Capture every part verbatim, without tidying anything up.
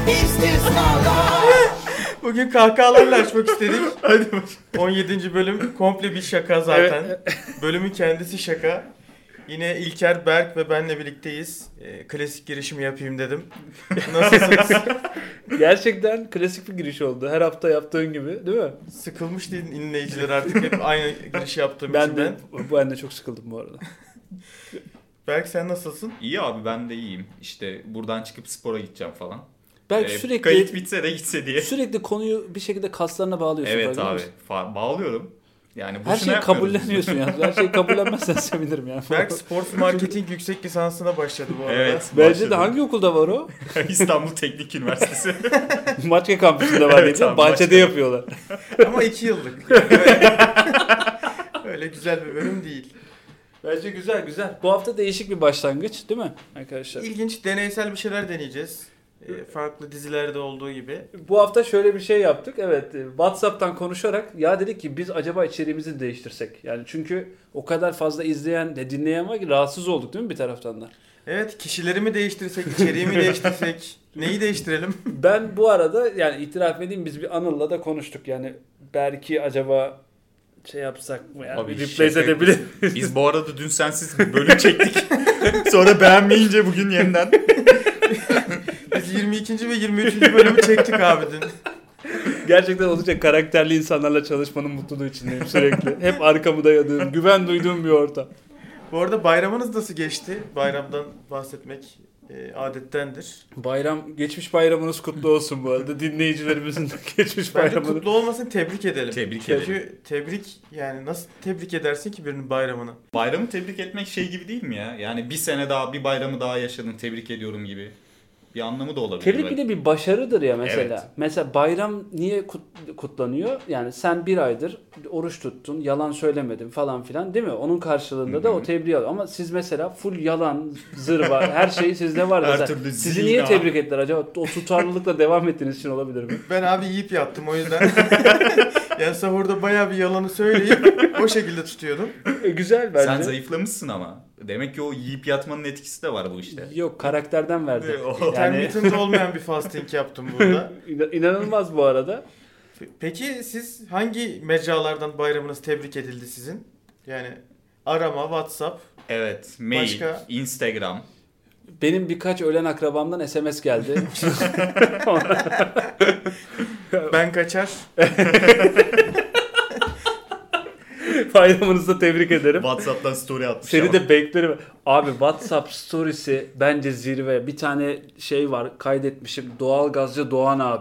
Bugün kahkahalarla açmak istedik. Hadi on yedinci bölüm komple bir şaka zaten. Evet. Bölümün kendisi şaka. Yine İlker, Berk ve benle birlikteyiz. E, klasik girişimi yapayım dedim. Nasılsınız? Gerçekten klasik bir giriş oldu. Her hafta yaptığın gibi, değil mi? Sıkılmış değil dinleyiciler artık hep aynı girişi yaptığım ben için de, ben. Ben de çok sıkıldım bu arada. Berk sen nasılsın? İyi abi ben de iyiyim. İşte buradan çıkıp spora gideceğim falan. Belki ee, sürekli kayıt bitse de gitse diye. Sürekli konuyu bir şekilde kaslarına bağlıyorsun. Evet abi. Fa- bağlıyorum. Yani her şeyi kabulleniyorsun yani. Her şeyi kabullenmezsen sevinirim yani. Berk Sports Marketing yüksek lisansına başladı bu arada. Evet. Bence de hangi okulda var o? İstanbul Teknik Üniversitesi. Maçka kampüsünde var evet, değil mi? Bahçede yapıyorlar. Ama iki yıllık. Yani öyle, öyle güzel bir bölüm değil. Bence güzel güzel. Bu hafta değişik bir başlangıç değil mi arkadaşlar? İlginç, deneysel bir şeyler deneyeceğiz. E, farklı dizilerde olduğu gibi. Bu hafta şöyle bir şey yaptık. Evet, WhatsApp'tan konuşarak ya dedik ki biz acaba içeriğimizi değiştirsek. Yani çünkü o kadar fazla izleyen de dinleyen var ki rahatsız olduk değil mi bir taraftan da? Evet, kişileri mi değiştirsek, içeriği mi değiştirsek, neyi değiştirelim? Ben bu arada yani itiraf edeyim biz bir Anıl'la da konuştuk. Yani belki acaba şey yapsak mı yani Abi, replace edebilir. Biz bu arada dün sensiz bölüm çektik. Sonra beğenmeyince bugün yeniden. Biz yirmi ikinci ve yirmi üçüncü bölümü çektik abi dün. Gerçekten olacak karakterli insanlarla çalışmanın mutluluğu içindeyim sürekli. Hep arkamı dayadığım, güven duyduğum bir ortam. Bu arada bayramınız nasıl geçti? Bayramdan bahsetmek e, adettendir. Bayram, geçmiş bayramınız kutlu olsun bu arada. Dinleyicilerimizin de geçmiş Bence bayramını. kutlu olmasın, tebrik edelim. Tebrik Çünkü edelim. tebrik yani nasıl tebrik edersin ki birinin bayramını? Bayramı tebrik etmek şey gibi değil mi ya? Yani bir sene daha, bir bayramı daha yaşadın, tebrik ediyorum gibi. Bir anlamı da olabilir. Tebrik bir de bir başarıdır ya mesela. Evet. Mesela bayram niye kut- kutlanıyor? Yani sen bir aydır oruç tuttun, yalan söylemedin falan filan değil mi? Onun karşılığında Hı-hı. da o tebriği alıyor. Ama siz mesela full yalan, zırva, her şey sizde var. Her Mesela türlü sizi zina. niye tebrik ettiler acaba? O tutarlılıkla devam ettiğiniz için olabilir mi? Ben abi yiyip yattım o yüzden. Yani sahurda bayağı bir yalanı söyleyip o şekilde tutuyordum. E, güzel bence. Sen zayıflamışsın ama. Demek ki o yiyip yatmanın etkisi de var bu işte. Yok karakterden verdi. O- Yani Intermittent olmayan bir fasting yaptım burada. İna- inanılmaz bu arada. Peki siz hangi mecralardan bayramınız tebrik edildi sizin? Yani arama, WhatsApp. Evet. Mail, Başka? Instagram. Benim birkaç ölen akrabamdan S M S geldi. Ben kaçar. Bayramınızı tebrik ederim. WhatsApp'tan story atmış Seni ama. de beklerim. Abi WhatsApp storiesi bence zirve. Bir tane şey var kaydetmişim. Doğalgazcı Doğan abi.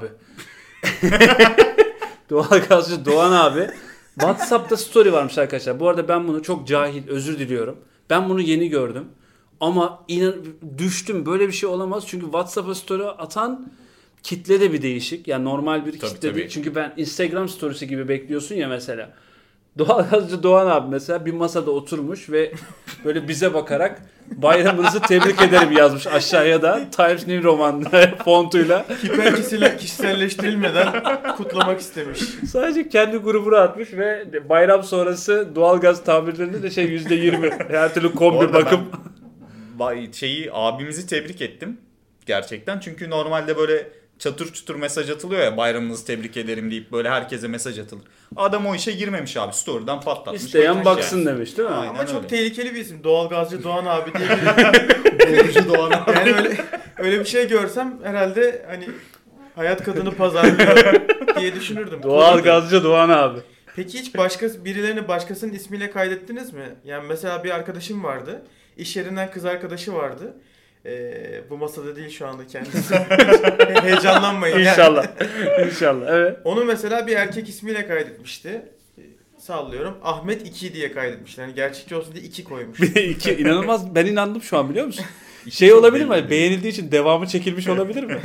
Doğalgazcı Doğan abi. WhatsApp'ta story varmış arkadaşlar. Bu arada ben bunu çok cahil, özür diliyorum. Ben bunu yeni gördüm. Ama inan düştüm. Böyle bir şey olamaz. Çünkü WhatsApp'a story atan kitle de bir değişik. Yani normal bir Tabii, kitle tabii. değil. Çünkü ben Instagram storiesi gibi bekliyorsun ya mesela. Doğalgazcı Doğan abi mesela bir masada oturmuş ve böyle bize bakarak bayramınızı tebrik ederim yazmış aşağıya da Times New Roman fontuyla. Hiper kişiselleştirilmeden kutlamak istemiş. Sadece kendi grubuna atmış ve bayram sonrası doğalgaz tamirlerinde de şey yüzde yirmi her türlü kombi Orada bakım. ben bay- şeyi abimizi tebrik ettim. Gerçekten. Çünkü normalde böyle çatır çutur mesaj atılıyor ya bayramınızı tebrik ederim deyip böyle herkese mesaj atılır. Adam o işe girmemiş abi. Story'den patlatmış. İsteyen geçmiş baksın yani. demiş değil mi? Aynen Ama çok öyle. tehlikeli bir isim. Doğalgazcı Doğan abi diye bir... Doğrucu Doğan abi. Yani öyle, öyle bir şey görsem herhalde hani hayat kadını pazarlıyor diye düşünürdüm. Doğalgazcı Doğan abi. Peki hiç başka birilerini başkasının ismiyle kaydettiniz mi? Yani mesela bir arkadaşım vardı. İş yerinden kız arkadaşı vardı. Ee, bu masada değil şu anda kendisi. Heyecanlanmayın. yani. İnşallah. İnşallah. Evet. Onu mesela bir erkek ismiyle kaydetmişti. Ee, Sallıyorum. Ahmet iki diye kaydetmişler. Yani gerçekçi olsun diye iki koymuş. İki, inanılmaz ben inandım şu an biliyor musun? Şey olabilir mi? Hani beğenildiği için devamı çekilmiş olabilir mi?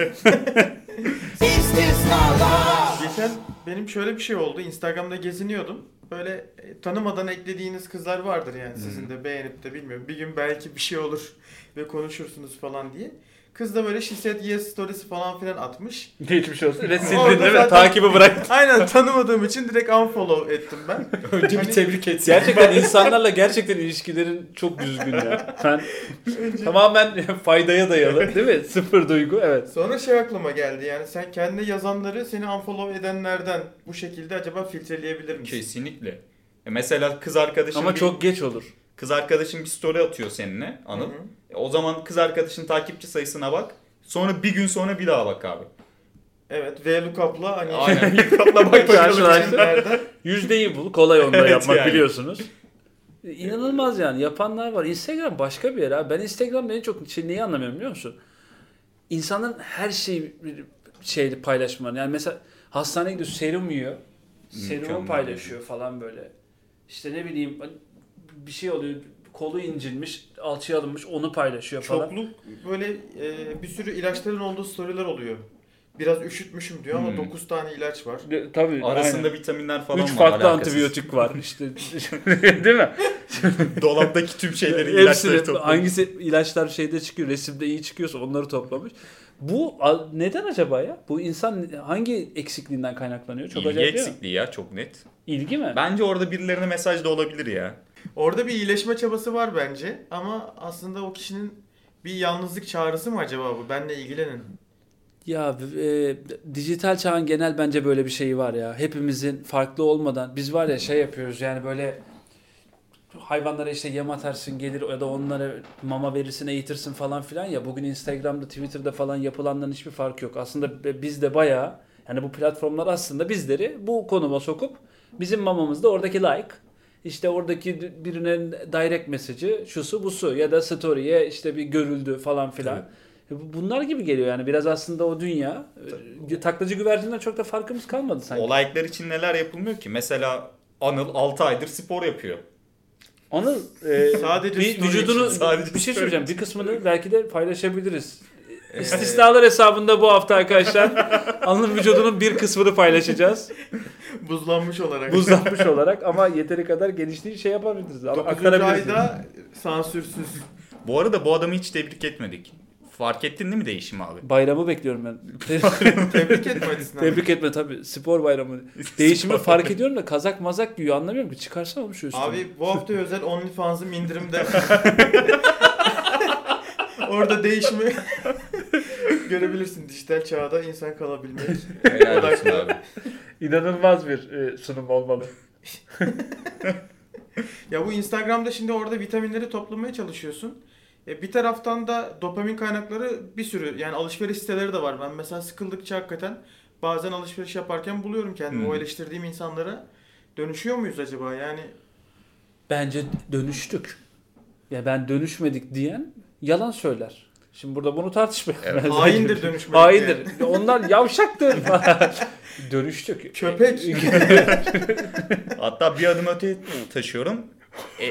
Geçen benim şöyle bir şey oldu. Instagram'da geziniyordum. Böyle e, tanımadan eklediğiniz kızlar vardır yani sizin de beğenip de bilmiyorum. Bir gün belki bir şey olur ve konuşursunuz falan diye. Kız da böyle she said yes storiesi falan filan atmış. Geçmiş olsun. Ve sildin Orada değil mi? zaten- Takibi bırak. Aynen, tanımadığım için direkt unfollow ettim ben. Önce Hani- bir tebrik etsin. Gerçekten insanlarla gerçekten ilişkilerin çok düzgün ya. Ben tamamen faydaya dayalı değil mi? Sıfır duygu, evet. Sonra şey aklıma geldi, yani sen kendine yazanları seni unfollow edenlerden bu şekilde acaba filtreleyebilir misin? Kesinlikle. E mesela kız arkadaşın Ama bir, çok geç olur. kız arkadaşın bir story atıyor seninle Anıl. Hı hı. E o zaman kız arkadaşın takipçi sayısına bak. Sonra bir gün sonra bir daha bak abi. Evet, VLOOKUP'la hani Aynen. Yıkatla bak Karşılaştı. nereden? Yüzdeyi bul. Kolay onda Evet yapmak yani. biliyorsunuz. E, İnanılmaz yani. Yapanlar var. Instagram başka bir yer abi. Ben Instagram'da en çok şey, neyi anlamıyorum biliyor musun? İnsanların her şeyi şeyli paylaşmaları. Yani mesela hastaneye gidiyor, serum yiyor. Serumu Mükemmel. paylaşıyor falan böyle. İşte ne bileyim bir şey oluyor. Kolu incinmiş, alçıya alınmış, onu paylaşıyor falan. Çokluk böyle e, bir sürü ilaçların olduğu storyler oluyor. Biraz üşütmüşüm diyor ama Hmm. dokuz tane ilaç var. De, tabii. Arasında aynen. vitaminler falan Üç var. farklı alakasız. antibiyotik var işte. Değil mi? Dolaptaki tüm şeyleri, Hepsini, ilaçları toplamış. hangisi ilaçlar şeyde çıkıyor, resimde iyi çıkıyorsa onları toplamış. Bu a- neden acaba ya? Bu insan hangi eksikliğinden kaynaklanıyor? Çok İlgi acayip değil mi? eksikliği ya, çok net. İlgi mi? Bence orada birilerine mesaj da olabilir ya. Orada bir iyileşme çabası var bence ama aslında o kişinin bir yalnızlık çağrısı mı acaba bu? Benle ilgilenin. Ya e, dijital çağın genel bence böyle bir şeyi var ya. Hepimizin farklı olmadan biz var ya şey yapıyoruz yani böyle hayvanlara işte yem atarsın gelir ya da onlara mama verirsin eğitirsin falan filan ya. Bugün Instagram'da Twitter'da falan yapılanların hiçbir farkı yok. Aslında biz de bayağı yani bu platformlar aslında bizleri bu konuma sokup bizim mamamızda oradaki like işte oradaki birinin direct mesajı şusu busu ya da story'ye işte bir görüldü falan filan. Bunlar gibi geliyor yani biraz aslında o dünya. Tabii. Taklacı güvercinden çok da farkımız kalmadı sanki. O like'lar için neler yapılmıyor ki? Mesela Anıl altı aydır spor yapıyor. Anıl e, Sadece bir story vücudunu için, sadece bir şey story söyleyeceğim. Bir kısmını belki de paylaşabiliriz. İstisnalar hesabında bu hafta arkadaşlar Anıl'ın vücudunun bir kısmını paylaşacağız. Buzlanmış olarak. Buzlanmış olarak ama yeteri kadar genişliği şey yapabiliriz. dokuzuncu Aktarabiliriz. ayda sansürsüz. Bu arada bu adamı hiç tebrik etmedik. Fark ettin değil mi değişimi abi? Bayramı bekliyorum ben. Tebrik etme açısından. Tebrik etme tabii. Spor bayramı. Değişimi fark ediyorum da kazak mazak giyiyor anlamıyorum ki. Çıkarsana oğlum şu üstüne. Abi bu hafta özel OnlyFans'ım indirimde. Orada değişimi görebilirsin. Dijital çağda insan kalabilmek. Helal olsun abi. İnanılmaz bir e, sunum olmalı. Ya bu Instagram'da şimdi orada vitaminleri toplamaya çalışıyorsun. E, bir taraftan da dopamin kaynakları bir sürü, yani alışveriş siteleri de var. Ben mesela sıkıldıkça hakikaten bazen alışveriş yaparken buluyorum kendimi. Hmm. O eleştirdiğim insanlara dönüşüyor muyuz acaba? Yani Bence dönüştük. Ya ben dönüşmedik diyen yalan söyler. Şimdi burada bunu tartışmayalım. Evet. Ben haindir zaten- dönüşmek. Haindir. Onlar yavşaktır falan. Dönüştük. Köpek. Hatta bir adım öteye taşıyorum. E,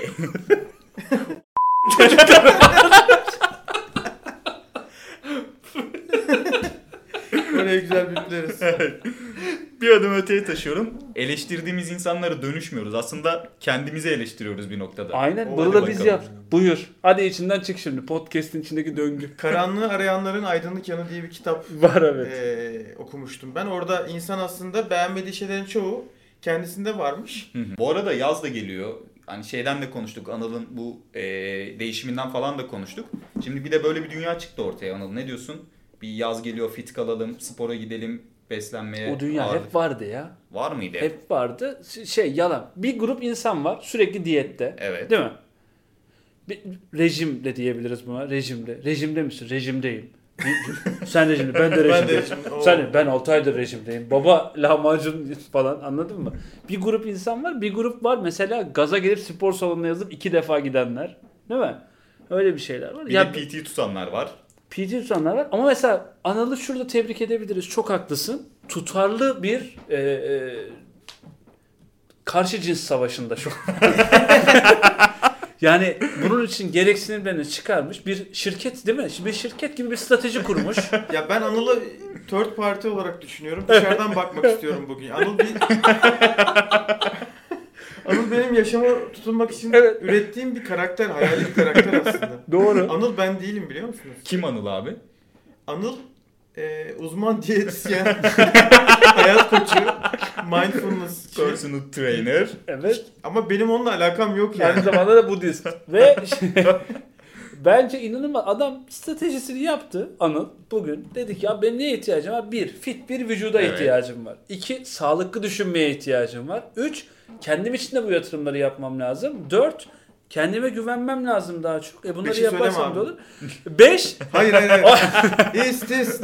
Oraya güzel bipleriz. bir adım öteye taşıyorum. Eleştirdiğimiz insanlara dönüşmüyoruz. Aslında kendimizi eleştiriyoruz bir noktada. Aynen. O, Bunu hadi da biz bakalım. yap. Buyur. Hadi içinden çık şimdi. Podcast'in içindeki döngü. Karanlığı Arayanların Aydınlık Yanı diye bir kitap Var evet. e, okumuştum ben. Orada insan aslında beğenmediği şeylerin çoğu kendisinde varmış. Hı hı. Bu arada yaz da geliyor. Hani şeyden de konuştuk. Anıl'ın bu e, değişiminden falan da konuştuk. Şimdi bir de böyle bir dünya çıktı ortaya Anıl. Ne diyorsun? Bir yaz geliyor, fit kalalım, spora gidelim, beslenmeye. O dünya ağırlık- hep vardı ya. Var mıydı? Hep vardı. Şey yalan. Bir grup insan var sürekli diyette. Evet. Değil mi? Bir, rejim de diyebiliriz buna. Rejimde. Rejimde misin? Rejimdeyim. Sen rejimde. Ben de Ben de rejimdeyim. rejim- Oo. Sen ben altı aydır rejimdeyim. Baba lahmacun falan anladın mı? Bir grup insan var. Bir grup var mesela gaza gelip spor salonuna yazıp iki defa gidenler. Değil mi? Öyle bir şeyler var. Bir ya de P T tutanlar var. P T tutanlar var. Ama mesela Anıl'ı şurada tebrik edebiliriz. Çok haklısın. Tutarlı bir e, e, karşı cins savaşında şu an. Yani bunun için gereksinimlerini çıkarmış bir şirket değil mi? Bir şirket gibi bir strateji kurmuş. Ya ben Anıl'ı third party olarak düşünüyorum. Dışarıdan bakmak istiyorum bugün. Anıl bir... Anıl benim yaşama tutunmak için Evet. ürettiğim bir karakter, hayali bir karakter aslında. Doğru. Anıl ben değilim, biliyor musunuz? Kim Anıl abi? Anıl e, uzman diyetisyen, hayat koçu, mindfulness Personal trainer. Evet. Ama benim onunla alakam yok yani. Aynı zamanda da Budist. Ve bence inanılmaz. Adam stratejisini yaptı Anıl. Bugün dedik ya benim neye ihtiyacım var? Bir, fit bir vücuda Evet. ihtiyacım var. İki, sağlıklı düşünmeye ihtiyacım var. Üç, kendim için de bu yatırımları yapmam lazım. Dört, kendime güvenmem lazım daha çok. E bunları Beşi yaparsam söyleme da abi. olur. Beş, Hayır hayır hayır. İstis.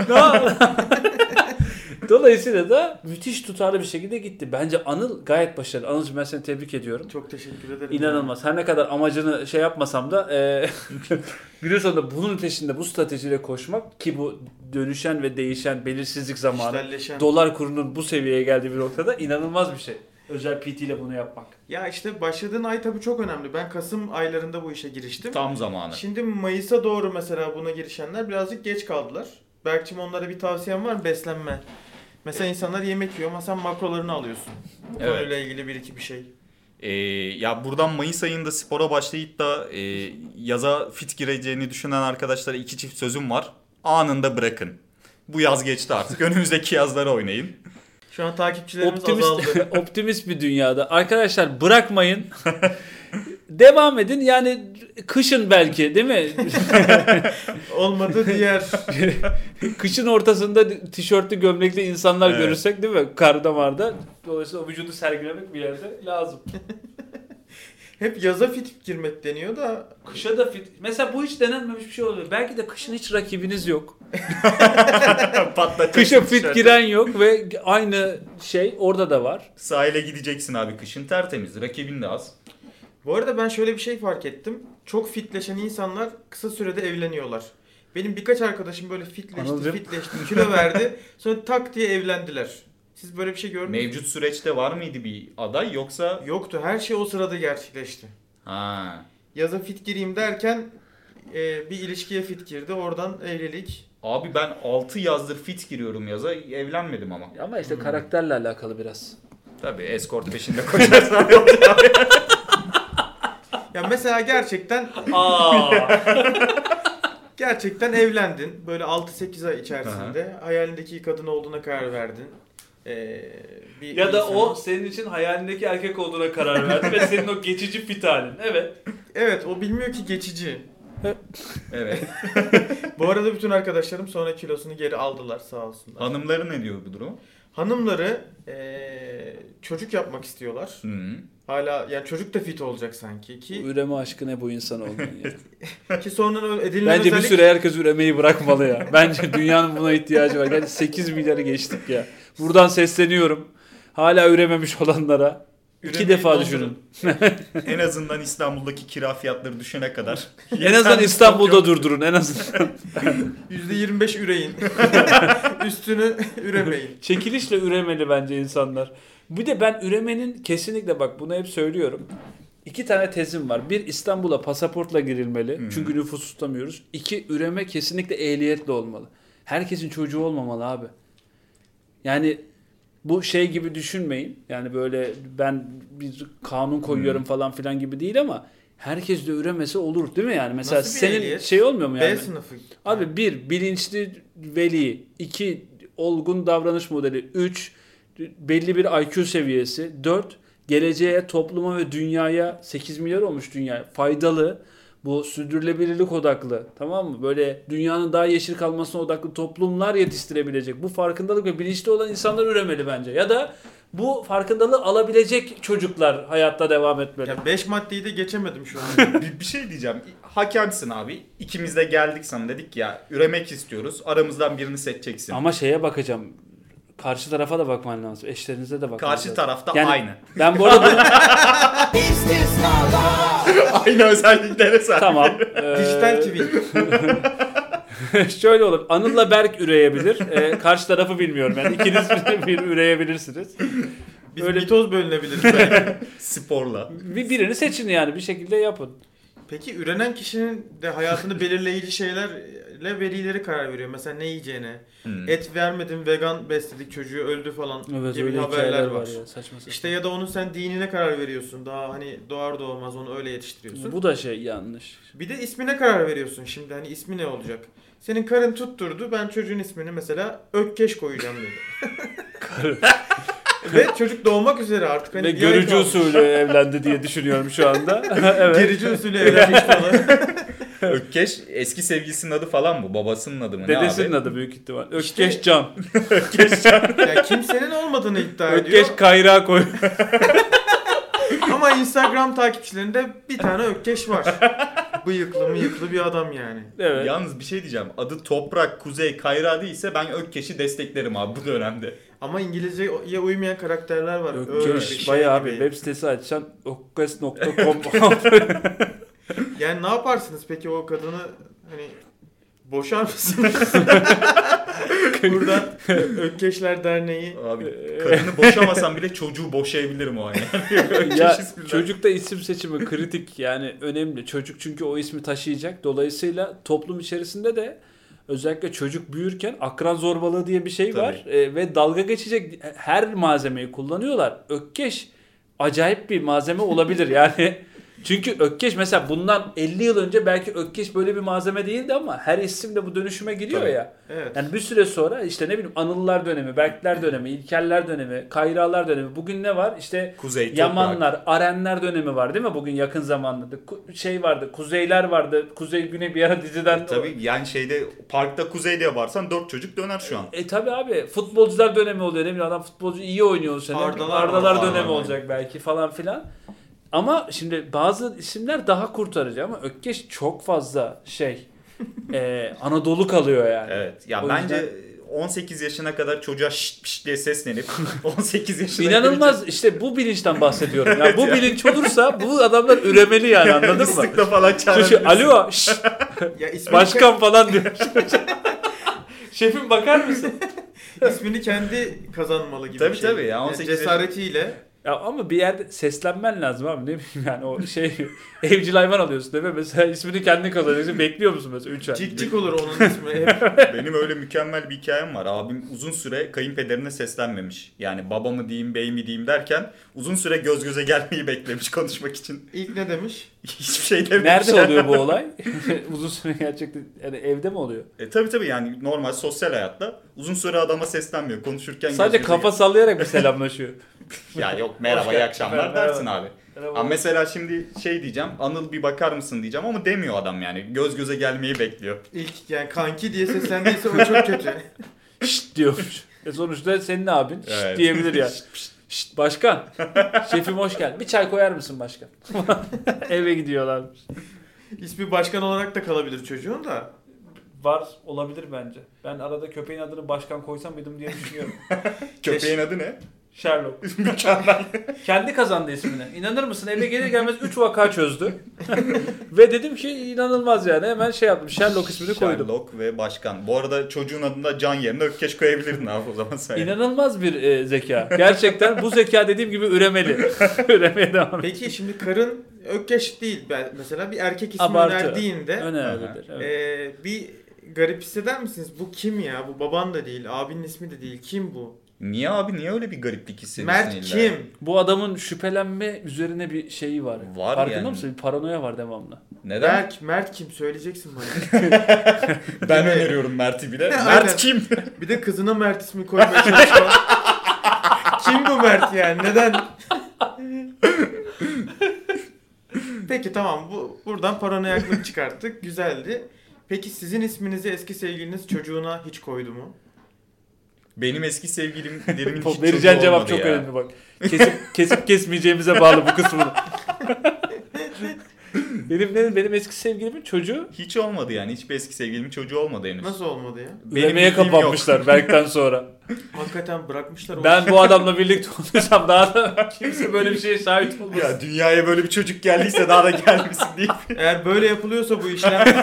dolayısıyla da müthiş tutarlı bir şekilde gitti. Bence Anıl gayet başarılı. Anılcığım ben seni tebrik ediyorum. Çok teşekkür ederim. İnanılmaz. Her ne kadar amacını şey yapmasam da e, günün sonunda bunun peşinde bu stratejiyle koşmak ki bu dönüşen ve değişen belirsizlik zamanı İşlerleşen. dolar kurunun bu seviyeye geldiği bir noktada inanılmaz bir şey. Özel P T ile bunu yapmak. Ya işte başladığın ay tabii çok önemli. Ben Kasım aylarında bu işe giriştim. Tam zamanı. Şimdi Mayıs'a doğru mesela buna girişenler birazcık geç kaldılar. Berk'cim onlara bir tavsiyem var mı? Beslenme. Mesela insanlar yemek yiyor ama sen makrolarını alıyorsun. Bu Evet. konuyla ilgili bir iki bir şey. Ee, ya buradan Mayıs ayında spora başlayıp da e, yaza fit gireceğini düşünen arkadaşlara iki çift sözüm var. Anında bırakın. Bu yaz geçti artık. Önümüzdeki yazları oynayın. Şu an takipçilerimiz Optimist, azaldı. optimist bir dünyada. Arkadaşlar bırakmayın. Devam edin. Yani kışın belki değil mi? Olmadı diğer. Kışın ortasında tişörtlü gömlekli insanlar Evet. görürsek değil mi? Karda marda. Dolayısıyla o vücudu sergilemek bir yerde lazım. Hep yaza fit girmek deniyor da. Kışa da fit. Mesela bu hiç denenmemiş bir şey oluyor. Belki de kışın hiç rakibiniz yok. Patlatacak Kışa fit tişört. giren yok ve aynı şey orada da var. Sahile gideceksin abi kışın tertemiz. Rakibin de az. Bu arada ben şöyle bir şey fark ettim. Çok fitleşen insanlar kısa sürede evleniyorlar. Benim birkaç arkadaşım böyle fitleşti, Anılcım. fitleşti, kilo verdi. Sonra tak diye evlendiler. Siz böyle bir şey gördünüz mü? Mevcut süreçte var mıydı bir aday yoksa? Yoktu. Her şey o sırada gerçekleşti. Ha. Yaza fit gireyim derken e, bir ilişkiye fit girdi. Oradan evlilik. Abi ben altı yazdır fit giriyorum yaza, evlenmedim ama. Ama işte karakterle alakalı biraz. Tabii escort peşinde koşarsan yok abi. Ya mesela gerçekten Aa. gerçekten evlendin. Böyle altı sekiz ay içerisinde hayalindeki kadın olduğuna karar verdin. Ee, bir Ya da insanın- o senin için hayalindeki erkek olduğuna karar verdi ve senin o geçici fit halin. Evet. Evet, o bilmiyor ki geçici. Evet. Bu arada bütün arkadaşlarım sonra kilosunu geri aldılar sağ olsunlar. Hanımları ne diyor bu durum? Hanımları ee, çocuk yapmak istiyorlar. Hı. Hala yani çocuk da fit olacak sanki ki Üreme aşkı ne bu insan olmanın ya. ki sonra edilen Bence bir özellik süre herkes üremeyi bırakmalı ya. Bence dünyanın buna ihtiyacı var. Gerçi sekiz milyarı geçtik ya. Buradan sesleniyorum. Hala ürememiş olanlara. İki Üremeyi defa dondurun. düşünün. En azından İstanbul'daki kira fiyatları düşene kadar. En azından İstanbul'da durdurun. En azından. yüzde yirmi beş üreyin. Üstünü üremeyin. Çekilişle üremeli bence insanlar. Bir de ben üremenin kesinlikle bak bunu hep söylüyorum. İki tane tezim var. Bir, İstanbul'a pasaportla girilmeli. Hı-hı. Çünkü nüfus tutamıyoruz. İki, üreme kesinlikle ehliyetli olmalı. Herkesin çocuğu olmamalı abi. Yani bu şey gibi düşünmeyin. Yani böyle ben bir kanun koyuyorum Hı. falan filan gibi değil ama herkes de üremesi olur değil mi yani? Mesela Nasıl bir senin ehliyet? şey olmuyor mu yani? B sınıfı. Abi bir, bilinçli veli. iki olgun davranış modeli. Üç, belli bir I Q seviyesi. Dört, geleceğe, topluma ve dünyaya, sekiz milyar olmuş dünya, faydalı, bu sürdürülebilirlik odaklı, tamam mı? Böyle dünyanın daha yeşil kalmasına odaklı toplumlar yetiştirebilecek. Bu farkındalık ve bilinçli olan insanlar üremeli bence. Ya da bu farkındalığı alabilecek çocuklar hayatta devam etmeli. Ya beş maddeyi de geçemedim şu an. bir, bir şey diyeceğim. Hakemsin abi. İkimiz de geldik sana dedik ya üremek istiyoruz. Aramızdan birini seçeceksin. Ama şeye bakacağım. Karşı tarafa da bakman lazım. Eşlerinize de bakman Karşı lazım. tarafta Yani aynı. Ben bu arada Aynı özelliklere sahip. tamam. Ee, Dijital T V. Şöyle olur. Anıl'la Berk üreyebilir. Ee, karşı tarafı bilmiyorum. Yani ikiniz bir üreyebilirsiniz. Biz Öyle- mitoz bölünebiliriz belki. Sporla. Bir birini seçin yani bir şekilde yapın. Peki ürenen kişinin de hayatını belirleyici şeylerle velileri karar veriyor. Mesela ne yiyeceğine. Hmm. Et vermedin, vegan besledik, çocuğu öldü falan evet, gibi haberler var. var ya, saçma saçma. İşte ya da onun sen dinine karar veriyorsun. Daha hani doğar doğmaz onu öyle yetiştiriyorsun. Bu da şey yanlış. Bir de ismine karar veriyorsun şimdi. Hani ismi ne olacak? Senin karın tutturdu. Ben çocuğun ismini mesela Ökkeş koyacağım dedi. Karın. Ve çocuk doğmak üzere artık. Hani ve görücü usulü evlendi diye düşünüyorum şu anda. Evet. Görücü usulü evlenmiş falan. Ökkeş eski sevgilisinin adı falan bu. Babasının adı mı? Dedesinin ne abi? adı büyük ihtimal. Ökkeş işte, Can. Ökkeş Can. Yani kimsenin olmadığını iddia ediyor. Ökkeş Kayrağı koy. Ama Instagram takipçilerinde bir tane Ökkeş var. Bıyıklı mıyıklı bir adam yani. Evet. Yalnız bir şey diyeceğim. Adı Toprak, Kuzey, Kayra değilse ben Ökkeş'i desteklerim abi bu dönemde. Ama İngilizceye uymayan karakterler var. Ökkeş şey bayağı abi web sitesi açsan ökkeş nokta com. Yani ne yaparsınız peki o kadını hani boşar mısınız? Buradan Ökkeşler Derneği. Abi kadını boşamasam bile çocuğu boşayabilirim o an yani. Ya çocukta isim seçimi kritik yani önemli. Çocuk çünkü o ismi taşıyacak. Dolayısıyla toplum içerisinde de özellikle çocuk büyürken akran zorbalığı diye bir şey Tabii. var. E, ve dalga geçecek her malzemeyi kullanıyorlar. Ökkeş acayip bir malzeme olabilir yani. Çünkü Ökkeş mesela bundan elli yıl önce belki Ökkeş böyle bir malzeme değildi ama her isim de bu dönüşüme giriyor Tabii. ya. Evet. Yani bir süre sonra işte ne bileyim Anıllar dönemi, Berkler dönemi, İlkerler dönemi, Kayralar dönemi. Bugün ne var? İşte Kuzey, Yamanlar, Toprak. Arenler dönemi var değil mi? Bugün yakın zamanda. Şey vardı, Kuzeyler vardı. Kuzey Güney bir ara diziden. E, tabii yani şeyde parkta Kuzey diye varsan dört çocuk döner şu an. E, e tabii abi. Futbolcular dönemi oluyor. Ne bileyim adam futbolcu iyi oynuyor o sene. Ardalar, Ardalar var, dönemi var, olacak var. belki falan filan. Ama şimdi bazı isimler daha kurtarıcı ama Ökkeş çok fazla şey e, Anadolu kalıyor yani. Evet. Ya o bence yüzden... on sekiz yaşına kadar çocuğa şşt pişt diye seslenip on sekiz yaşına İnanılmaz gelince... işte bu bilinçten bahsediyorum. Yani bu bilinç olursa bu adamlar üremeli yani anladın mı? Islıkla falan çağırabilirsin. Alo şşt. Ya başkan falan diyor. Şefim bakar mısın? İsmini kendi kazanmalı gibi tabii, bir şey. Tabii ya on sekiz yani cesaretiyle. Yaş... Ya ama bir yerde seslenmen lazım abi ne bileyim yani o şey evcil hayvan alıyorsun değil mi? Mesela ismini kendin kazanacaksın bekliyor musun mesela üç ay? Cik cik olur onun ismi hep. Benim öyle mükemmel bir hikayem var. Abim uzun süre kayınpederine seslenmemiş. Yani baba mı diyeyim bey mi diyeyim derken uzun süre göz göze gelmeyi beklemiş konuşmak için. İlk ne demiş? Hiçbir şey dememiş. Nerede oluyor bu olay? Uzun süre gerçekten yani evde mi oluyor? E tabii tabii yani normal sosyal hayatta uzun süre adama seslenmiyor. Konuşurken sadece kafa gel- sallayarak mı selamlaşıyor? Ya yok merhaba iyi akşamlar dersin abi. Ama mesela şimdi şey diyeceğim Anıl bir bakar mısın diyeceğim ama demiyor adam yani. Göz göze gelmeyi bekliyor. İlk yani kanki diye seslendiyse o çok kötü. Şşt diyormuş. E sonuçta senin abin şşt evet. diyebilir ya. Şşt başkan. Şefim hoş geldin. Bir çay koyar mısın başkan? Eve gidiyorlarmış. İsmi başkan olarak da kalabilir çocuğun da. Var olabilir bence. Ben arada köpeğin adını başkan koysam mıydım diye düşünüyorum. Köpeğin adı ne? Sherlock. Mükemmel. Kendi kazandı ismini. İnanır mısın? Eve gelir gelmez üç vaka çözdü. Ve dedim ki inanılmaz yani. Hemen şey yaptım. Sherlock ismini koydum. Sherlock ve başkan. Bu arada çocuğun adında Can yerine Ökkeş koyabilirdin abi o zaman sen. İnanılmaz bir e, zeka. Gerçekten bu zeka dediğim gibi üremeli. Üremeye devam. Peki şimdi karın Ökkeş değil. Ben mesela bir erkek ismi Abartı. önerdiğinde Önerlidir. Evet. E, bir garip hisseder misiniz? Bu kim ya? Bu baban da değil. Abinin ismi de değil. Kim bu? Niye abi? Niye öyle bir gariplik hissediyorsun? Mert illa? Kim? Bu adamın şüphelenme üzerine bir şeyi var. Var farkında yani. mısın? Bir paranoya var devamlı. Neden? Berk, Mert kim? Söyleyeceksin bana. Ben öneriyorum Mert'i bile. Mert kim? Bir de kızına Mert ismi koymaya çalışıyor. Kim bu Mert yani? Neden? Peki tamam. Bu buradan paranoyaklık çıkarttık. Güzeldi. Peki sizin isminizi eski sevgiliniz çocuğuna hiç koydu mu? Benim eski sevgilimlerimin hiç vereceğin cevap çok ya. önemli bak. Kesip kesip kesmeyeceğimize bağlı bu kısmını. benim, benim benim eski sevgilimin çocuğu hiç olmadı yani. Hiçbir eski sevgilimin çocuğu olmadı henüz. Nasıl olmadı ya? Üremeye kapanmışlar Berk'ten sonra. Hakikaten bırakmışlar. Ben bu adamla birlikte olursam daha da kimse böyle bir şeye şahit olmaz. Ya dünyaya böyle bir çocuk geldiyse daha da gelmesin deyip. Eğer böyle yapılıyorsa bu işlem.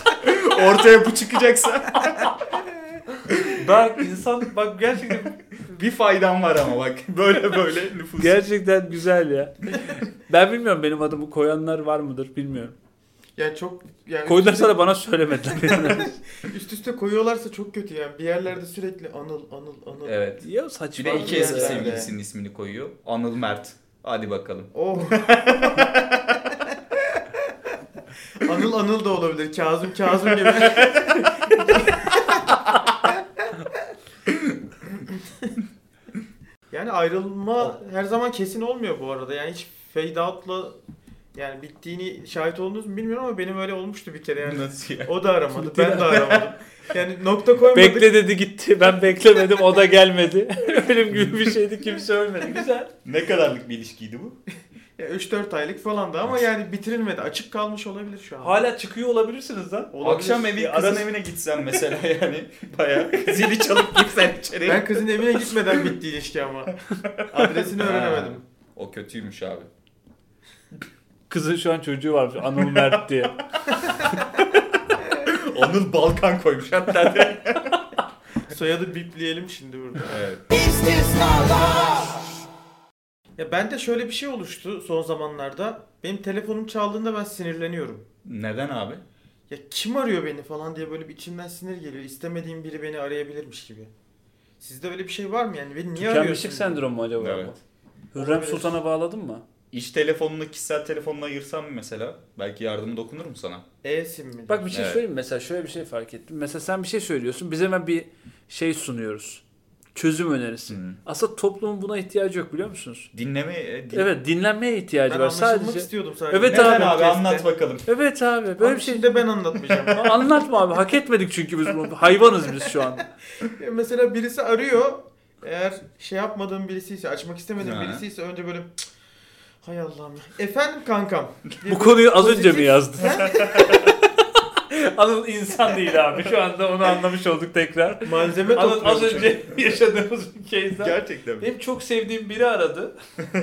Ortaya bu çıkacaksa. Bak insan bak gerçekten Bir faydan var ama bak. Böyle böyle nüfus. Gerçekten güzel ya. Ben bilmiyorum benim adımı koyanlar var mıdır bilmiyorum. Yani çok yani Koydularsa da bana söylemediler. üst üste koyuyorlarsa çok kötü yani. Bir yerlerde sürekli Anıl Anıl Anıl. Evet. Ya Bir saçma. de iki eski yerlerde. sevgilisinin ismini koyuyor. Anıl Mert. Hadi bakalım. Oh. Anıl Anıl da olabilir. Kazım Kazım gibi. Yani ayrılma her zaman kesin olmuyor bu arada. Yani hiç fade out'la yani bittiğini şahit oldunuz mu bilmiyorum ama benim öyle olmuştu bir kere yani. Nasıl ya? O da aramadı, ben de aramadım. Yani nokta koymadık. Bekle dedi gitti. Ben beklemedim o da gelmedi. Ölüm gibi bir şeydi kimse ölmedi. Güzel. Ne kadarlık bir ilişkiydi bu? Ya üç dört aylık falandı ama yani bitirilmedi. Açık kalmış olabilir şu an. Hala çıkıyor olabilirsiniz lan. Olabilir. Akşam evi Ya kızın arası- evine gitsen mesela yani bayağı zili çalıp gitsen içeri. Ben kızın evine gitmeden bitti ilişki ama. Adresini öğrenemedim. Ha, o kötüymüş abi. Kızın şu an çocuğu varmış Anıl Mert diye. Anıl Balkan koymuş hatta de. Soyadı bipleyelim şimdi burada. Evet. Ya bende şöyle bir şey oluştu son zamanlarda. Benim telefonum çaldığında ben sinirleniyorum. Neden abi? Ya kim arıyor beni falan diye böyle bir içimden sinir geliyor. İstemediğim biri beni arayabilirmiş gibi. Sizde öyle bir şey var mı yani? Beni niye Tükenmişlik arıyorsun? sendromu mu acaba? Evet. bu? Hürrem Sultan'a bağladın mı? İş telefonunu kişisel telefonuna ayırsam mesela belki yardımı dokunur mu sana? E-sim mi? Bak bir şey Evet. söyleyeyim mi? Mesela şöyle bir şey fark ettim. Mesela sen bir şey söylüyorsun. Biz hemen bir şey sunuyoruz. Çözüm önerisi. Hı. Aslında toplumun buna ihtiyacı yok biliyor musunuz? Dinleme... e, din- Evet dinlenmeye ihtiyacı Ben var anlaşılmak sadece. istiyordum sadece. Evet Neden abi, abi, podcast'te. anlat bakalım. Evet abi böyle Böyle bir şey. şimdi ben anlatmayacağım. Anlatma abi hak etmedik çünkü biz bunu. Hayvanız biz şu an. Ya mesela birisi arıyor. Eğer şey yapmadığım birisiyse, açmak istemediğim Ha. birisiyse önce böyle "Cık, hay Allah'ım ya. Efendim kankam. diye Bu böyle konuyu az önce mi pozitif- yazdın? He? Anıl insan değil abi. Şu anda onu anlamış olduk tekrar. Malzeme Anıl topluyormuş. az önce yaşadığımız bir case'den. Gerçekten mi? Benim çok sevdiğim biri aradı.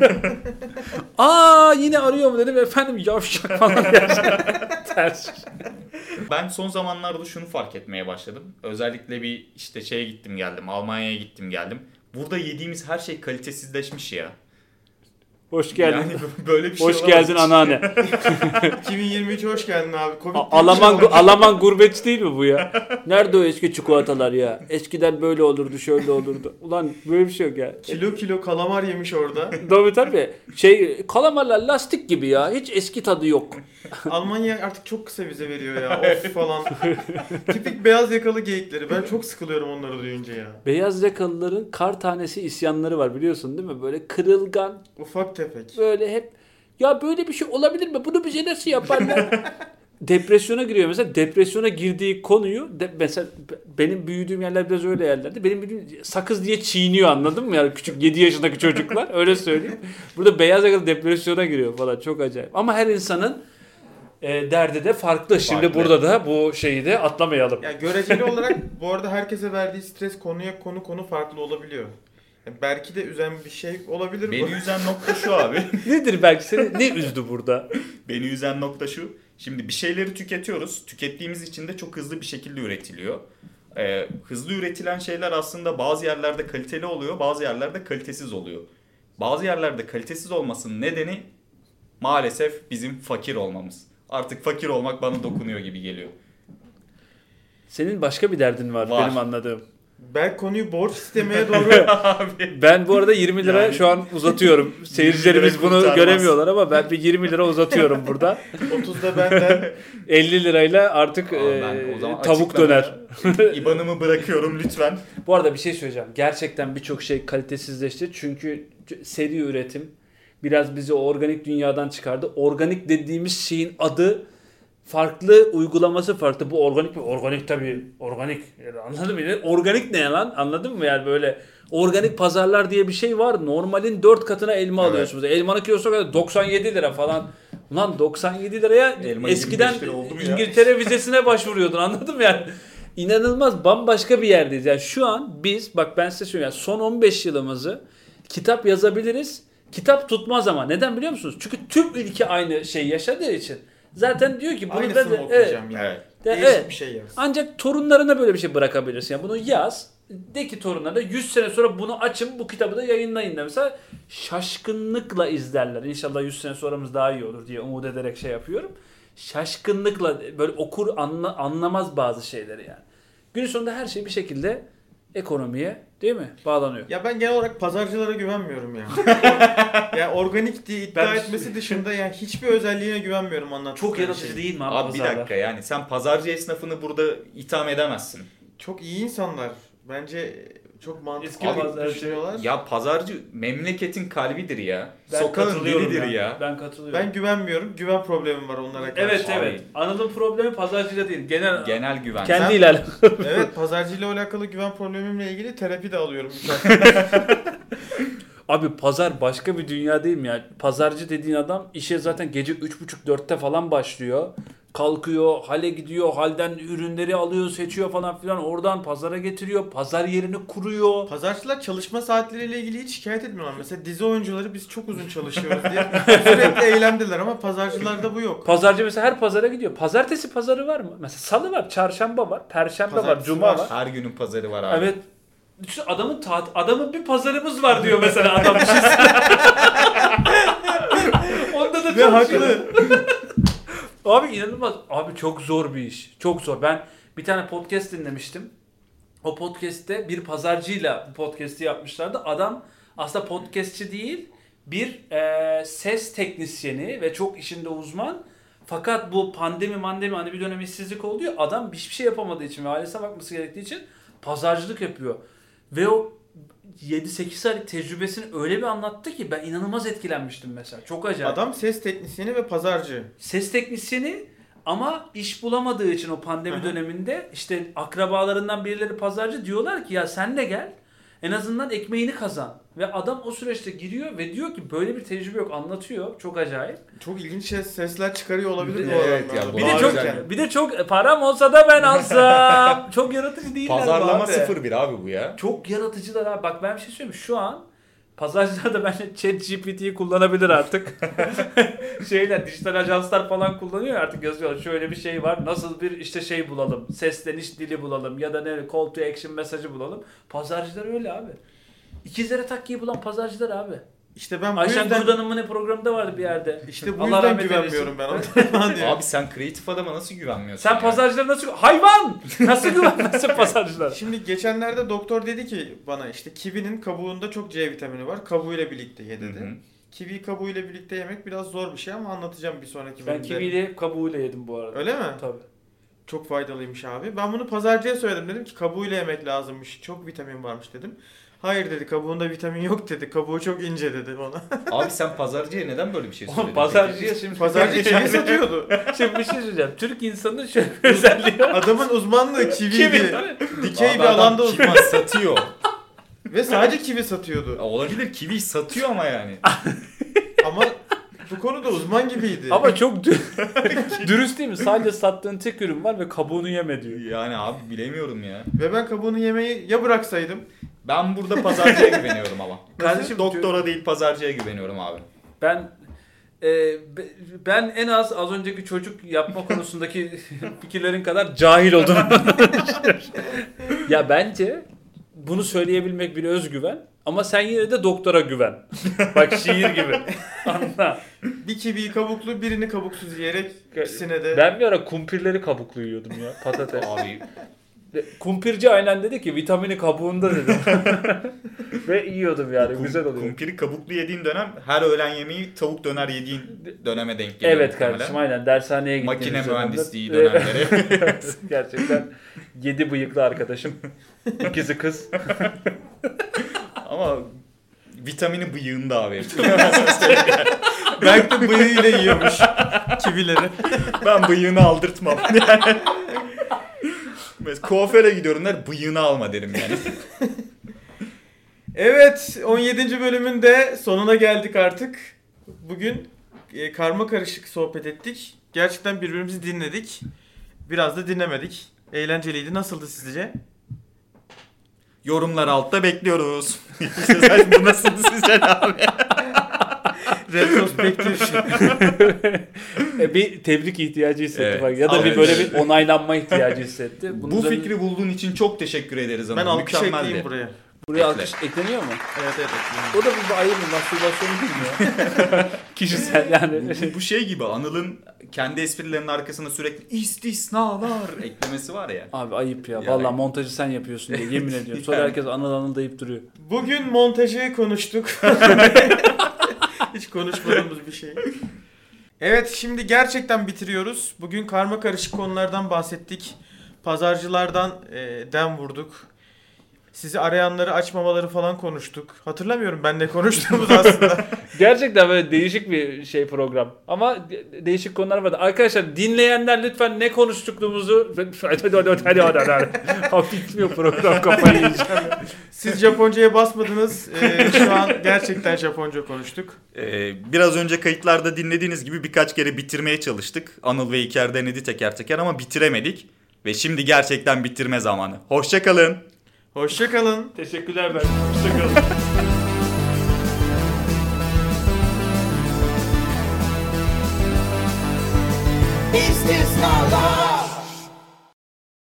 Aa yine arıyor mu dedim. Efendim yavşak falan gerçekten. Ters. Ben son zamanlarda şunu fark etmeye başladım. Özellikle bir işte şeye gittim geldim. Almanya'ya gittim geldim. Burada yediğimiz her şey kalitesizleşmiş ya. Hoş geldin. Yani böyle bir şey Hoş olamaz geldin hiç. anneanne. iki bin yirmi üçe hoş geldin abi. Covid A- diye bir şey Alaman olmuş. Alaman gurbetçi değil mi bu ya? Nerede o eski çikolatalar ya? Eskiden böyle olurdu, şöyle olurdu. Ulan böyle bir şey yok ya. Kilo kilo kalamar yemiş orada. Tabii tabii. Şey kalamarlar lastik gibi ya. Hiç eski tadı yok. Almanya artık çok kısa vize veriyor ya. Of falan. Tipik beyaz yakalı geyikleri. Ben çok sıkılıyorum onları duyunca ya. Beyaz yakalıların kar tanesi isyanları var biliyorsun değil mi? Böyle kırılgan, Ufak tefek. böyle hep ya böyle bir şey olabilir mi? Bunu bize nasıl yaparlar? Depresyona giriyor mesela. Depresyona girdiği konuyu de, mesela benim büyüdüğüm yerler biraz öyle yerlerdi. Benim büyüdüğüm sakız diye çiğniyor anladın mı? Yani küçük yedi yaşındaki çocuklar öyle söyleyeyim. Burada beyaz yakalı depresyona giriyor falan çok acayip. Ama her insanın e, derdi de farklı. Şimdi Farklı. burada da bu şeyi de atlamayalım. Yani göreceli olarak bu arada herkese verdiği stres konuya konu konu farklı olabiliyor. Yani belki de üzen bir şey olabilir bu. Beni üzen nokta şu abi. Nedir belki seni ne üzdü burada? Beni üzen nokta şu. Şimdi bir şeyleri tüketiyoruz. Tükettiğimiz için de çok hızlı bir şekilde üretiliyor. Ee, hızlı üretilen şeyler aslında bazı yerlerde kaliteli oluyor, bazı yerlerde kalitesiz oluyor. Bazı yerlerde kalitesiz olmasının nedeni maalesef bizim fakir olmamız. Artık fakir olmak bana dokunuyor gibi geliyor. Senin başka bir derdin var, Var. benim anladığım. Belki konuyu borç istemeye doğru Abi. Ben bu arada yirmi lira Yani- şu an uzatıyorum. Seyircilerimiz yirmi lira bunu kurtarmaz. göremiyorlar ama ben bir yirmi lira uzatıyorum burada. otuzda benden elli lirayla artık Abi e, ben o zaman tavuk açıklamaya döner. İ B A N'ımı bırakıyorum lütfen. Bu arada bir şey söyleyeceğim. Gerçekten birçok şey kalitesizleşti. Çünkü seri üretim biraz bizi o organik dünyadan çıkardı. Organik dediğimiz şeyin adı farklı, uygulaması farklı. Bu organik mi? Organik tabii. Organik. Yani anladın mı? Organik ne lan? Anladın mı? Yani böyle organik pazarlar diye bir şey var. Normalin dört katına elma Evet. alıyorsunuz. Elmanın kilosu kadar doksan yedi lira falan. Ulan doksan yedi liraya Elma eskiden yirmi beş lira oldu mu ya? İngiltere vizesine başvuruyordun. Anladın mı yani? İnanılmaz bambaşka bir yerdeyiz. Yani şu an biz bak ben size söyleyeyim. Yani son on beş yılımızı kitap yazabiliriz. Kitap tutmaz ama. Neden biliyor musunuz? Çünkü tüm ülke aynı şey yaşadığı için. Zaten diyor ki bunu aynısını ben de- okuyacağım evet. yani. Evet. De- Değişik evet. bir şey yaz. Ancak torunlarına böyle bir şey bırakabilirsin. Yani bunu yaz. de ki torunlarına yüz sene sonra bunu açın, bu kitabı da yayınlayın da mesela şaşkınlıkla izlerler. İnşallah yüz sene sonramız daha iyi olur diye umut ederek şey yapıyorum. Şaşkınlıkla böyle okur anla, anlamaz bazı şeyleri yani. Günün sonunda her şey bir şekilde ekonomiye değil mi bağlanıyor. Ya ben genel olarak pazarcılara güvenmiyorum ya. Ya organik diye iddia Ben- etmesi dışında yani hiçbir özelliğine güvenmiyorum anlattıkları Çok yaratıcı şeyin. değil mi abi, Abi bir pazarlar? dakika yani sen pazarcı esnafını burada itham edemezsin. Çok iyi insanlar. Bence çok Eski mantıklı pazarcı- düşünüyorlar. Ya pazarcı memleketin kalbidir ya. Ben Sokağın katılıyorum dilidir ya. ya. Ben katılıyorum. Ben güvenmiyorum. Güven problemim var onlara karşı. evet Abi. evet. Anıl'ın problemi pazarcıyla değil. Genel Genel güven. kendiyle alakalı. Evet, pazarcıyla alakalı güven problemimle ilgili terapi de alıyorum. Abi pazar başka bir dünya değil mi ya? Pazarcı dediğin adam işe zaten gece üç buçuk dörtte falan başlıyor. Kalkıyor, hale gidiyor, halden ürünleri alıyor, seçiyor falan filan. Oradan pazara getiriyor, pazar yerini kuruyor. Pazarcılar çalışma saatleriyle ilgili hiç şikayet etmiyorlar. Mesela dizi oyuncuları biz çok uzun çalışıyoruz diye sürekli eylemdeler ama pazarcılarda bu yok. Pazarcı mesela her pazara gidiyor. Pazartesi pazarı var mı? Mesela salı var, çarşamba var, perşembe var, Pazartesi cuma var. var. Her günün pazarı var abi. Evet. Düşün, adamın taat, adamın bir pazarımız var diyor mesela adam. Bir şey Onda da Ve çalışıyor. haklı. Abi inanılmaz. Abi çok zor bir iş. Çok zor. Ben bir tane podcast dinlemiştim. O podcast'te bir pazarcıyla bu podcast'i yapmışlardı. Adam aslında podcastçi değil, bir e, ses teknisyeni ve çok işinde uzman. Fakat bu pandemi mandemi hani bir dönem işsizlik oldu ya, adam hiçbir şey yapamadığı için ve ailesine bakması gerektiği için pazarcılık yapıyor. Ve o yedi sekiz aylık tecrübesini öyle bir anlattı ki ben inanılmaz etkilenmiştim mesela. Çok acayip. Adam ses teknisyeni ve pazarcı. Ses teknisyeni ama iş bulamadığı için o pandemi Hı hı. döneminde işte akrabalarından birileri pazarcı, diyorlar ki ya sen de gel en azından ekmeğini kazan. Ve adam o süreçte giriyor ve diyor ki böyle bir tecrübe yok, anlatıyor. Çok acayip. Çok ilginç ses- sesler çıkarıyor olabilir bu Evet adamlar. ya, Bir bu de Daha çok güzel. bir de çok param olsa da ben alsam. Çok yaratıcı değiller bu Pazarlama abi. sıfır bir abi bu ya. Çok yaratıcılar abi. Bak ben bir şey söyleyeyim mi? Şu an pazarcılar da bence ChatGPT'yi kullanabilir artık. Şeyler, dijital ajanslar falan kullanıyor artık, yazıyorlar. Şöyle bir şey var. Nasıl bir işte şey bulalım. Sesleniş dili bulalım. Ya da ne call to action mesajı bulalım. Pazarcılar öyle abi. İkizlere takkiyi bulan pazarcılar abi. İşte ben bu Ayşen yüzden Kurdan'ın mı ne programda vardı bir yerde. işte bu Allah yüzden rahmet güvenmiyorum eylesin. ben ona. diyor. Abi sen kreatif adama nasıl güvenmiyorsun Sen ya? pazarcılara nasıl... Hayvan! Nasıl güvenmezsin pazarcılara? Şimdi geçenlerde doktor dedi ki bana işte kivinin kabuğunda çok C vitamini var. Kabuğuyla birlikte ye dedi. Hı hı. Kivi kabuğuyla birlikte yemek biraz zor bir şey ama anlatacağım bir sonraki Ben bölümde. kiviyle kabuğuyla yedim bu arada. Öyle mi? Tabii. Çok faydalıymış abi. Ben bunu pazarcıya söyledim, dedim ki kabuğuyla yemek lazımmış. Çok vitamin varmış dedim. Hayır dedi, kabuğunda vitamin yok dedi. Kabuğu çok ince dedi bana. Abi sen pazarcıya neden böyle bir şey söyledin? Oğlum pazarcıya şimdi... Pazarcı kivi satıyordu. Şimdi bir şey söyleyeceğim. Türk insanının şöyle bir özelliği var. Adamın uzmanlığı kiviydi. Kivi tabii. Dikey Abi bir alanda adam uzman. kivi satıyor. Ve sadece kivi satıyordu. Olabilir, kivi satıyor ama yani. Ama bu konuda uzman gibiydi. Ama çok dü- dürüst değil mi? Sadece sattığın tek ürün var ve kabuğunu yeme diyor. Yani abi bilemiyorum ya. Ve ben kabuğunu yemeyi ya bıraksaydım. Ben burada pazarcıya güveniyorum ama. Kardeşim, Doktora değil pazarcıya güveniyorum abi. Ben e, be- ben en az az önceki çocuk yapma konusundaki fikirlerin kadar cahil olduğunu düşünüyorum. Ya bence bunu söyleyebilmek bir özgüven ama sen yine de doktora güven. Bak şiir gibi. Anla. Bir kiviyi kabuklu, birini kabuksuz yiyerek ikisine de... Ben bir ara kumpirleri kabuklu yiyordum ya, patates. Abi Kumpirci aynen dedi ki vitamini kabuğunda dedi. Ve yiyordum yani, kum- güzel oluyor. kumpiri kabuklu yediğin dönem her öğlen yemeği tavuk döner yediğin döneme denk geliyor. Evet muhtemelen. kardeşim, aynen dershaneye gittiğimiz Makine dönemde- mühendisliği dönemleri. Gerçekten yedi bıyıklı arkadaşım. İkisi kız. Ama vitamini bıyığında abi. Belki de bıyığıyla yiyormuş kivileri. Ben bıyığını aldırtmam. Yani. Mesela kuaföre gidiyorum der, bıyığını alma derim yani. Evet, on yedinci bölümün de sonuna geldik artık. Bugün e, karma karışık sohbet ettik. Gerçekten birbirimizi dinledik. Biraz da dinlemedik. Eğlenceliydi. Nasıldı sizce? Yorumlar altta bekliyoruz. Bu nasıldı sizce abi? Retrospektif. E, bir tebrik ihtiyacı hissetti Evet. bak. Ya da bir Evet. böyle bir onaylanma ihtiyacı hissetti. Bunun Bu üzerine- fikri bulduğun için çok teşekkür ederiz ama. Ben alkış Mükemmeldi. ekleyeyim buraya. buraya Ekle. alkış ekleniyor mu? Evet evet ekleyeyim. O da bir ayıp bir mastürbasyon değil mi ya? Kişisel yani. Bu, bu şey gibi Anıl'ın kendi esprilerinin arkasına sürekli istisnalar eklemesi var ya. Abi ayıp ya. Ya. Vallahi montajı sen yapıyorsun diye yemin ediyorum. Sonra Yani. herkes anıl anıl deyip duruyor. Bugün montajı konuştuk. Hiç konuşmadığımız bir şey. Evet şimdi gerçekten bitiriyoruz. Bugün karma karışık konulardan bahsettik. Pazarcılardan e, dem vurduk. Sizi arayanları açmamaları falan konuştuk. Hatırlamıyorum ben ne konuştuğumuz aslında. Gerçekten böyle değişik bir şey program. Ama de- değişik konular vardı. Arkadaşlar dinleyenler lütfen ne konuştuklarımızı hafifliyor program kafayı yiyeceğim. Siz Japonca'ya basmadınız. E, şu an gerçekten Japonca konuştuk. Ee, biraz önce kayıtlarda dinlediğiniz gibi birkaç kere bitirmeye çalıştık. Anıl ve İlker denedi teker teker ama bitiremedik. Ve şimdi gerçekten bitirme zamanı. Hoşça kalın. Hoşçakalın. Teşekkürler ben. Hoşçakalın. İstisnalar